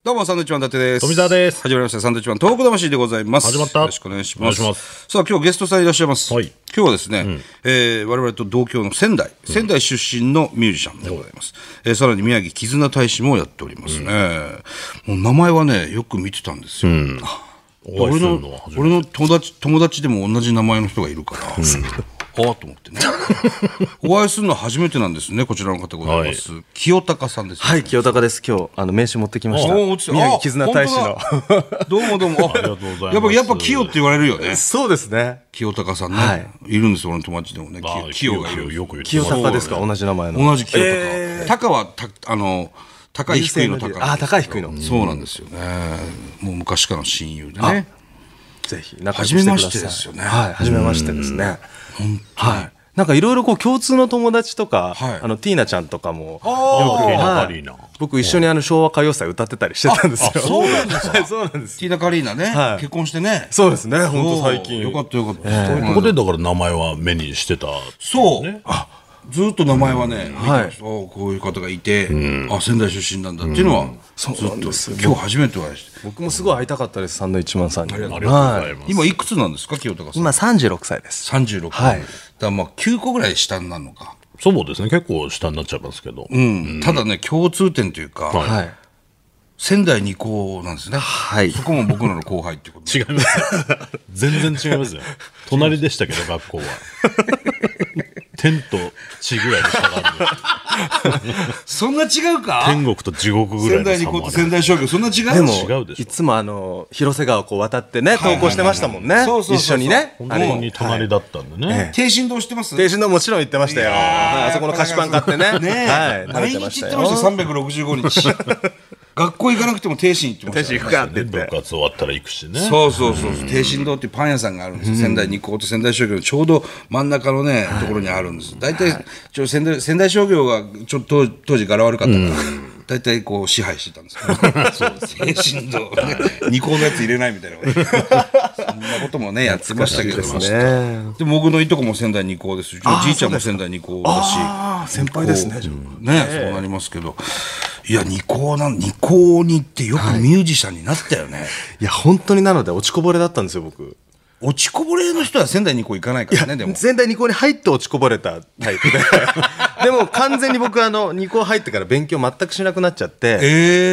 どうも、サンドウィッチマン伊達です。 富澤です。 始まりました。サンドウィッチマントーク魂でございます。 始まった。 よろしくお願いします。 お願いします。 さあ、今日ゲストさんいらっしゃいます。 はい。 今日はですね、我々と同郷の仙台出身のミュージシャンでございます。さらに宮城絆大使もやっておりますね。もう名前はね、よく見てたんですよ。俺の友達でも同じ名前の人がいるから、ああと思ってね。お会いするのは初めてなんですね。こちらの方ございます。清高さんです、ね。 はい、清高です。今日名刺持ってきました。宮城絆大使の。 どうもどうも。 ありがとうございます。 やっぱ清って言われるよね。 そうですね。 清高さんね。はい、いるんですよ。俺の友達でもね。清がいる。 よく言って清高ですか。同じ名前の。 同じ清高。高は高い低いの高。 あ、高い低いの。 そうなんですよね。もう昔からの親友でね。 ぜひ初めましてですよね。 はい、初めましてですね。はい。なんかいろいろこう共通の友達とか、ティーナちゃんとかもよく、僕一緒に昭和歌謡祭歌ってたりしてたんですよ。 そうなんですか。 そうなんです。 ティーナカリーナね、結婚してね。 そうですね。本当最近。 よかったよかった。 ここでだから名前は目にしてた。 そう。ずっと名前はね、こういう方がいて、仙台出身なんだっていうのはずっと今日初めてお会いして。 僕もすごい会いたかったです。サンドウィッチマンさんに。 ありがとうございます。 今いくつなんですか、清高さん。 今36歳です。 36。はい。だからまあ9個ぐらい下になるのか。 そうですね。結構下になっちゃいますけど。 ただね、共通点というか、仙台二高なんですね。はい。そこも僕らの後輩ってこと。 違います。全然違いますよ。隣でしたけど学校は。天と地ぐらいで差がある。 そんな違うか。 天国と地獄ぐらいの差もある。 仙台二高と仙台商業そんな違う。 でも違うでしょ。 いつも広瀬川をこう渡ってね投稿してましたもんね。一緒にね。 本当に隣だったんでね。 帝神堂知ってます？ 帝神堂もちろん行ってましたよ。あそこの菓子パン買ってね。はい。 毎日行ってました。365日。学校行かなくても帝神行ってました。 帝神行くかって言って。 部活終わったら行くしね。 そう。帝神堂っていうパン屋さんがあるんですよ。仙台二高と仙台商業のちょうど真ん中のねところにあるんです。大体仙台商業がちょっと当時柄悪かったから。大体こう支配してたんですけど、帝神堂二高のやつ入れないみたいなそんなこともねやってましたけどでも僕のいとこも仙台二高ですし、じいちゃんも仙台二高だし、 先輩ですね。 ね、そうなりますけど、いや二高に行ってよくミュージシャンになったよね。 いや本当になので落ちこぼれだったんですよ僕。 落ちこぼれの人は仙台二高行かないからね。でも仙台二高に入って落ちこぼれたタイプででも完全に僕二高入ってから勉強全くしなくなっちゃって、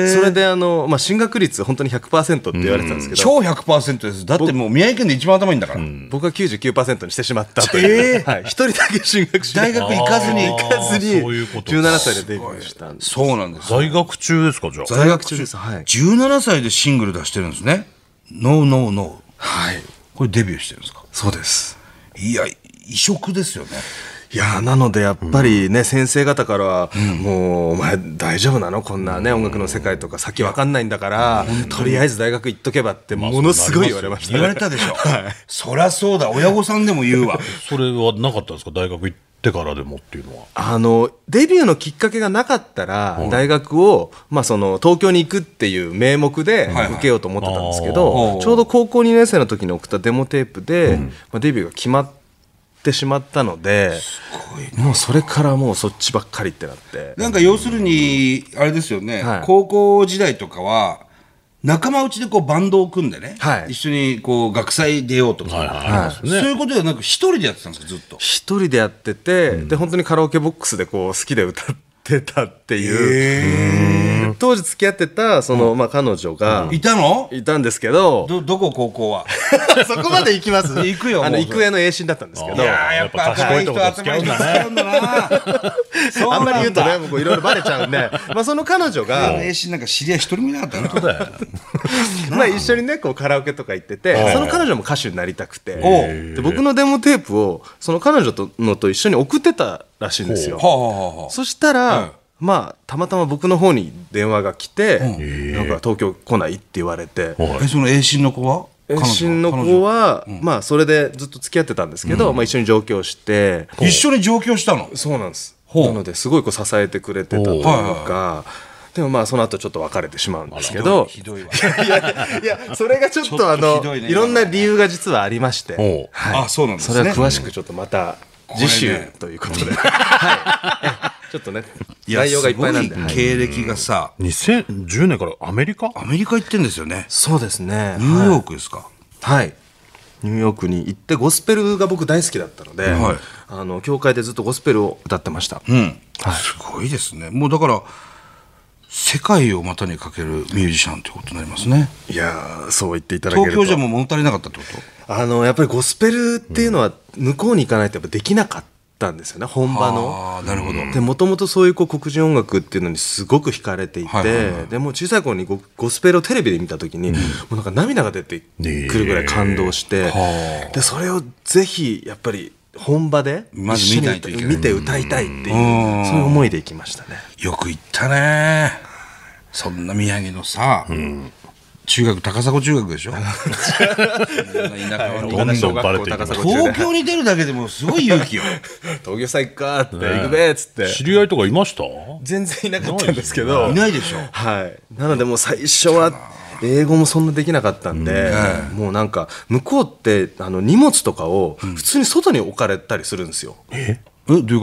それで進学率本当に 100% って言われてたんですけど、 超 100% です。だってもう宮城県で一番頭いいんだから。 僕は 99% にしてしまったという、一人だけ進学し大学行かずに 17歳でデビューしたんです。 そうなんです。 在学中ですか。じゃあ在学中です。17歳でシングル出してるんですね。ノーノーノー。はい。これデビューしてるんですか。 そうです。 いや異色ですよね。 いやなのでやっぱりね、先生方からは、もうお前大丈夫なのこんなね音楽の世界とか先わかんないんだから、とりあえず大学行っとけばってものすごい言われました。 言われたでしょ。そりゃそうだ、親御さんでも言うわ。 それはなかったんですか、大学行ってからでもっていうのは。 デビューのきっかけがなかったら、大学を東京に行くっていう名目で受けようと思ってたんですけど、ちょうど高校2年生の時に送ったデモテープで、デビューが決まってしまったので、もうそれからもうそっちばっかりってなって、 なんか要するにあれですよね、高校時代とかは仲間内でこうバンドを組んでね、一緒にこう学祭出ようとか、そういうことではなく一人でやってたんですか。ずっと一人でやってて、で本当にカラオケボックスでこう好きで歌ってたっていう。当時付き合ってた彼女がいたんですけど、 どこ高校はそこまで行きます。 行くよ。 育英の栄新だったんですけど、 やっぱ賢い人と付き合うんだな。 あんまり言うとね僕いろいろバレちゃうんで、その彼女が栄新なんか知り合い一人もいなかった。本当だよ。一緒にねこうカラオケとか行ってて、その彼女も歌手になりたくて、で僕のデモテープをその彼女と一緒に送ってたらしいんですよ。そしたらたまたま僕の方に電話が来て、なんか東京来ないって言われて、 その栄新の子は栄新の子はそれでずっと付き合ってたんですけど、一緒に上京して。 一緒に上京したの。 そうなんです。なのですごいこう支えてくれてたというか、でもその後ちょっと別れてしまうんですけど、 ひどいわ。 いやそれがちょっといろんな理由が実はありまして、 そうなんですね。 それは詳しくちょっとまた次週ということで。 ちょっとねいや内容がいっぱいなんで、 すごい経歴がさ、 2010年からアメリカアメリカ行ってんですよね。 そうですね。 ニューヨークですか。 はいニューヨークに行ってゴスペルが僕大好きだったので、 はい教会でずっとゴスペルを歌ってました。 うん、すごいですね。もうだから世界を股にかけるミュージシャンということになりますね。 いやーそう言っていただけると。 東京じゃもう物足りなかったってこと？ やっぱりゴスペルっていうのは向こうに行かないとやっぱできなかったんですよね、本場の。 あーなるほど。 でもともとそういう黒人音楽っていうのにすごく惹かれていて、 はいはいはいでもう小さい頃にゴスペルをテレビで見た時に、もうなんか涙が出てくるぐらい感動して、でそれをぜひやっぱり本場でまず見ないといけない見て歌いたいっていう、そういう思いで行きましたね。 よく行ったね。そんな宮城のさ、中学高砂中学でしょ。田舎どんどんバレていきます東京に出るだけでもすごい勇気よ。 東京さ行くかって、行くべっつって知り合いとかいました？ 全然いなかったんですけど、 いないでしょ。 はいなのでもう最初は英語もそんなできなかったんで、もうなんか向こうって荷物とかを普通に外に置かれたりするんですよ。 どういうこと？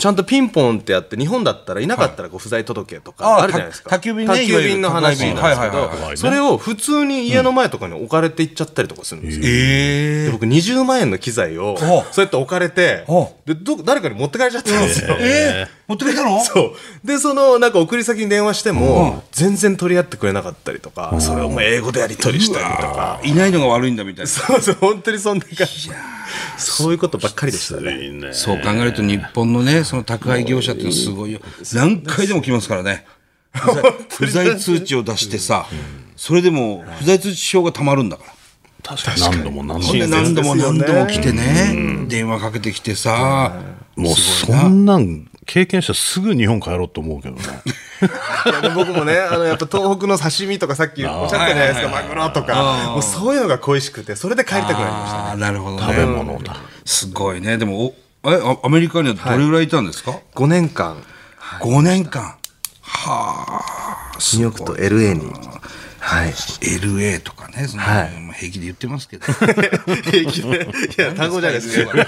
ちゃんとピンポンってやって日本だったらいなかったら不在届とかあるじゃないですか。 宅急便ね。 宅急便の話なんですけはいはいはいはいど、それを普通に家の前とかに置かれていっちゃったりとかするんですよ。で僕20万円の機材をそうやって置かれて、で誰かに持って帰れちゃったんですよ。 持ってくれたの？ そうでなんか送り先に電話しても全然取り合ってくれなかったりとか、それをもう英語でやり取りしたりとか、 いないのが悪いんだみたいな。 そうそう本当にそんな感じ。そういうことばっかりでしたね。 そう考えると日本のねその宅配業者っていうのはすごいよ。何回でも来ますからね。不在通知を出してさ、それでも不在通知証がたまるんだから。 確かに何度も何度もほんで何度も何度も来てね、電話かけてきてさ、 もうそんなん経験したらすぐ日本帰ろうと思うけどね。 いやで僕もねやっぱ東北の刺身とかさっきおっしゃったじゃないですか、マグロとかもうそういうのが恋しくて、それで帰りたくなりましたね。 なるほどね。 食べ物だ。 すごいね。でもアメリカにはどれぐらいいたんですか ？5年間。 5年間。はあ。 ニューヨークと LA に。はい、 LA とかね、その平気で言ってますけど。 平気でいや単語じゃないですか。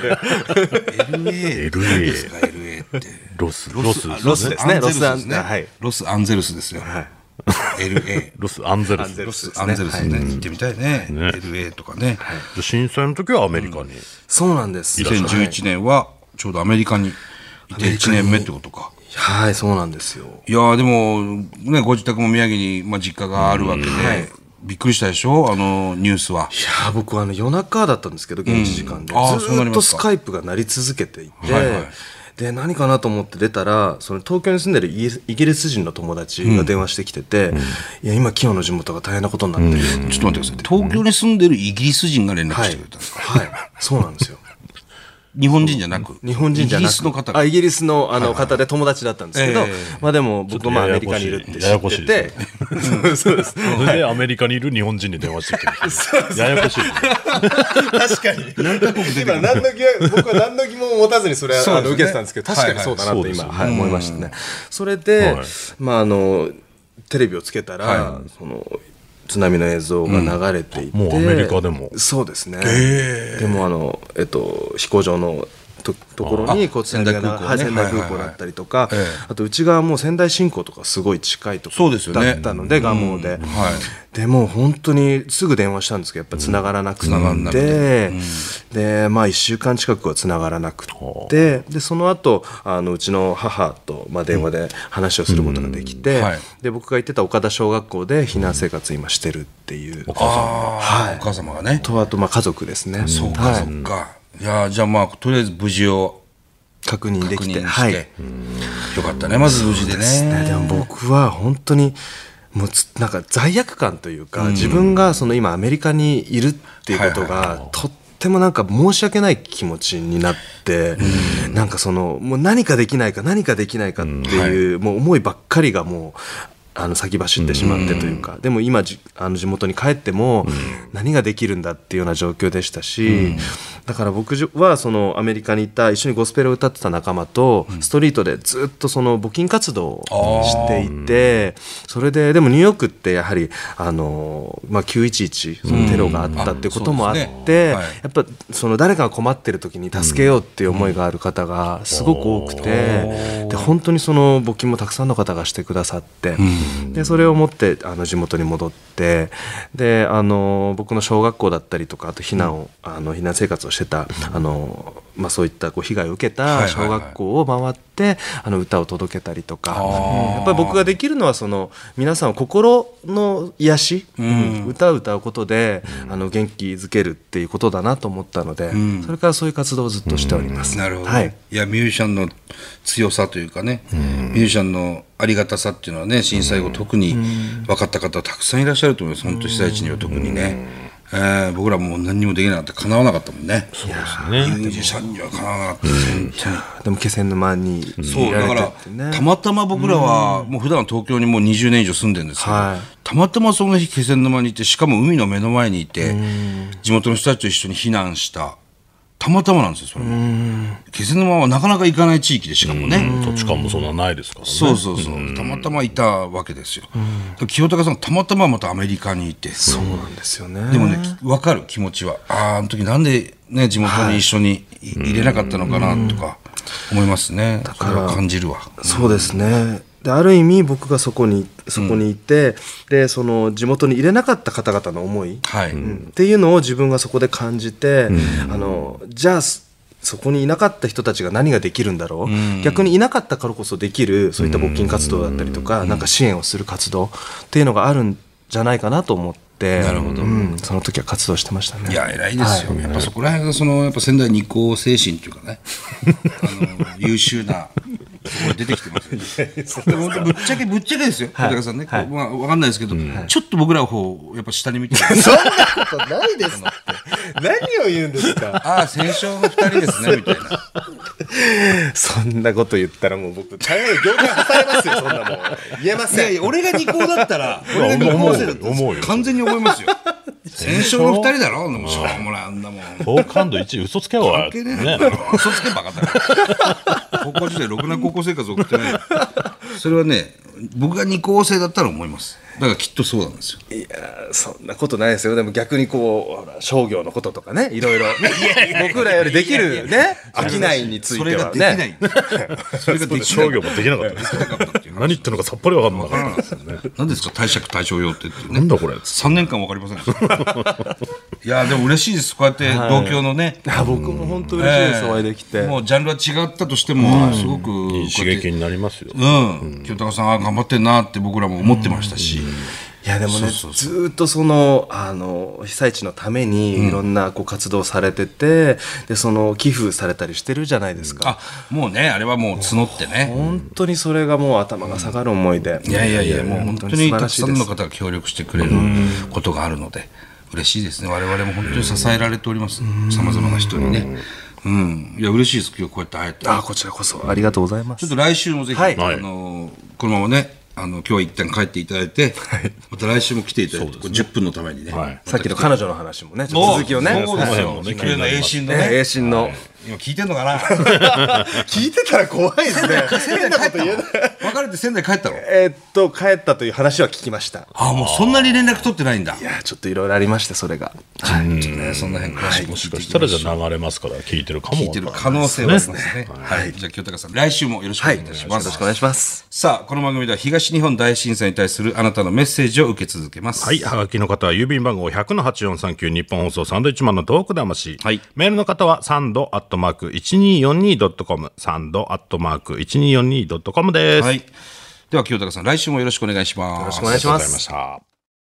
LA ですか LA ってロスですね。 ロスアンゼルスですよ。LA ロスアンゼルス。 ロスアンゼルスね行ってみたいね。LA とかね。 震災の時はアメリカに。 そうなんです。 2011年はちょうどアメリカにいて1年目ってことか。 はいそうなんですよ。 いやでもねご自宅も宮城に実家があるわけで、びっくりしたでしょニュースは。 いや僕夜中だったんですけど現地時間で、ずっとスカイプが鳴り続けていて、で何かなと思って出たらその東京に住んでるイギリス人の友達が電話してきてて、いや今清の地元が大変なことになってる、 ちょっと待ってください。東京に住んでるイギリス人が連絡してくれたんですか？ はいそうなんですよ。 日本人じゃなく日本人じゃなくイギリスの方イギリスの方で友達だったんですけど、でも僕もアメリカにいるって知ってて、そうです。 それでアメリカにいる日本人に電話してきてややこしい。 確かに何カ国出てくる。僕は何の疑問を持たずにそれは受けてたんですけど、確かにそうだなと今思いましたね。それでテレビをつけたらその津波の映像が流れていて、 もうアメリカでもそうですね。でも飛行場のところに仙台空港だったりとか、あと内側も仙台新港とかすごい近いところだったので、蒲生で、でもう本当にすぐ電話したんですけどやっぱ繋がらなくて、で1週間近くは繋がらなくて、でその後うちの母と電話で話をすることができて、で僕が行ってた岡田小学校で避難生活今してるっていうお母様がねと、あと家族ですね。 そうかそうか。いやじゃあとりあえず無事を確認できて、 よかったね。まず無事でね。 でも僕は本当にもうなんか罪悪感というか、自分が今アメリカにいるっていうことがとってもなんか申し訳ない気持ちになって、なんかもう何かできないかっていうもう思いばっかりがもう先走ってしまってというか、でも今地元に帰っても何ができるんだっていうような状況でしたし、だから僕はそのアメリカに行った一緒にゴスペルを歌ってた仲間とストリートでずっとその募金活動をしていて、それででもニューヨークってやはり911そのテロがあったっていうこともあってやっぱその誰かが困ってる時に助けようっていう思いがある方がすごく多くて、で本当にその募金もたくさんの方がしてくださって、でそれを持って地元に戻って、で僕の小学校だったりとか、あと避難生活をしてたそういった被害を受けた小学校を回って歌を届けたりとか、やっぱり僕ができるのはその皆さんを心の癒し、歌を歌うことで元気づけるっていうことだなと思ったので、それからそういう活動をずっとしております。 なるほど、いやミュージシャンの強さというかね、ミュージシャンのありがたさっていうのはね、震災後特に分かった方たくさんいらっしゃると思います。本当被災地には特にね、僕らも何にもできなかった、叶わなかったもんね。そうですね、ミュージシャンには叶わなかったです、本当に。 でも気仙沼にそうだからたまたま僕らはもう普段東京にもう20年以上住んでるんですけど、たまたまその日気仙沼にいて、しかも海の目の前にいて、地元の人たちと一緒に避難したたまたまなんですよ。それも気仙沼はなかなか行かない地域で、しかもね土地勘もそんなないですからね。 そうたまたまいたわけですよ。清高さんたまたままたアメリカにいて、 そうなんですよね。 でもね分かる気持ちは、あの時なんでね地元に一緒に入れなかったのかなとか思いますね。だから感じるわ。 そうですね。である意味僕がそこにいて、でその地元に入れなかった方々の思い、っていうのを自分がそこで感じて、じゃあそこにいなかった人たちが何ができるんだろう、逆にいなかったからこそできるそういった募金活動だったりとか、なんか支援をする活動っていうのがあるんじゃないかなと思って、 なるほど、 その時は活動してましたね。 いや偉いですよ、やっぱそこら辺がやっぱ仙台二高精神というかね優秀なところ出てきてますよね。ぶっちゃけですよ、小高さんね、分かんないですけど、ちょっと僕らをやっぱ下に見てる。 そんなことないですって何を言うんですか。 ああ戦勝の2人ですねみたいな。 そんなこと言ったらもう僕大変業界破されますよ。そんなもん言えません。 いや俺が二高だったら俺が二高生だったら完全に思いますよ。戦勝の2人だろ、でもしょうもないあんなもん。 好感度1位嘘つけは関係ねえな、嘘つけバカだから高校時代ろくな高校生活送ってない。それはね僕が二高生だったら思います。だからきっとそうなんですよ。 いやそんなことないですよ。でも逆にこう商業のこととかね、いろいろ僕らよりできるね商いについてはね、それができない。 それができない。商業もできなかったです。何言ってるのかさっぱり分かんなかったですね。 何ですか貸借対照用ってってね。 なんだこれ。 3年間分かりませんでした。いやでも嬉しいです。こうやって同郷のね。 僕も本当嬉しいです。お会いできて。 もうジャンルは違ったとしてもすごくいい刺激になりますよ。 清高さん頑張ってんなって僕らも思ってましたし。 いやでもねずっとその被災地のためにいろんな活動されてて、でその寄付されたりしてるじゃないですか。 もうねあれはもう募ってね、 本当にそれがもう頭が下がる思いで、 いやもう本当にたくさんの方が協力してくれることがあるので嬉しいですね。我々も本当に支えられております。さまざまな人にね。いや嬉しいです。今日こうやって会えて。 こちらこそありがとうございます。 ちょっと来週もぜひこのままね今日は一旦帰っていただいて、また来週も来ていただいて、10分のためにね、 さっきの彼女の話もね、続きをね、 そうですよ、綺麗な栄新のね、 栄新の今聞いてんのかな。 聞いてたら怖いですね。 仙台帰ったの？別れて仙台帰ったの？ 帰ったという話は聞きました。 もうそんなに連絡取ってないんだ。 いやちょっといろいろありましてそれが。 そんな辺詳しくもしかしたらじゃあ流れますから聞いてるかも。 聞いてる可能性はありますね。じゃあ清高さん来週もよろしくお願いいたします。 よろしくお願いします。 さあこの番組では東日本大震災に対するあなたのメッセージを受け続けます。 はい、はがきの方は郵便番号100-8439日本放送サンドイッチマンのトーク魂。メールの方はサンド@1242.com サンド@1242.com です。 では清高さん来週もよろしくお願いします。 よろしくお願いします。 ありがとうございました。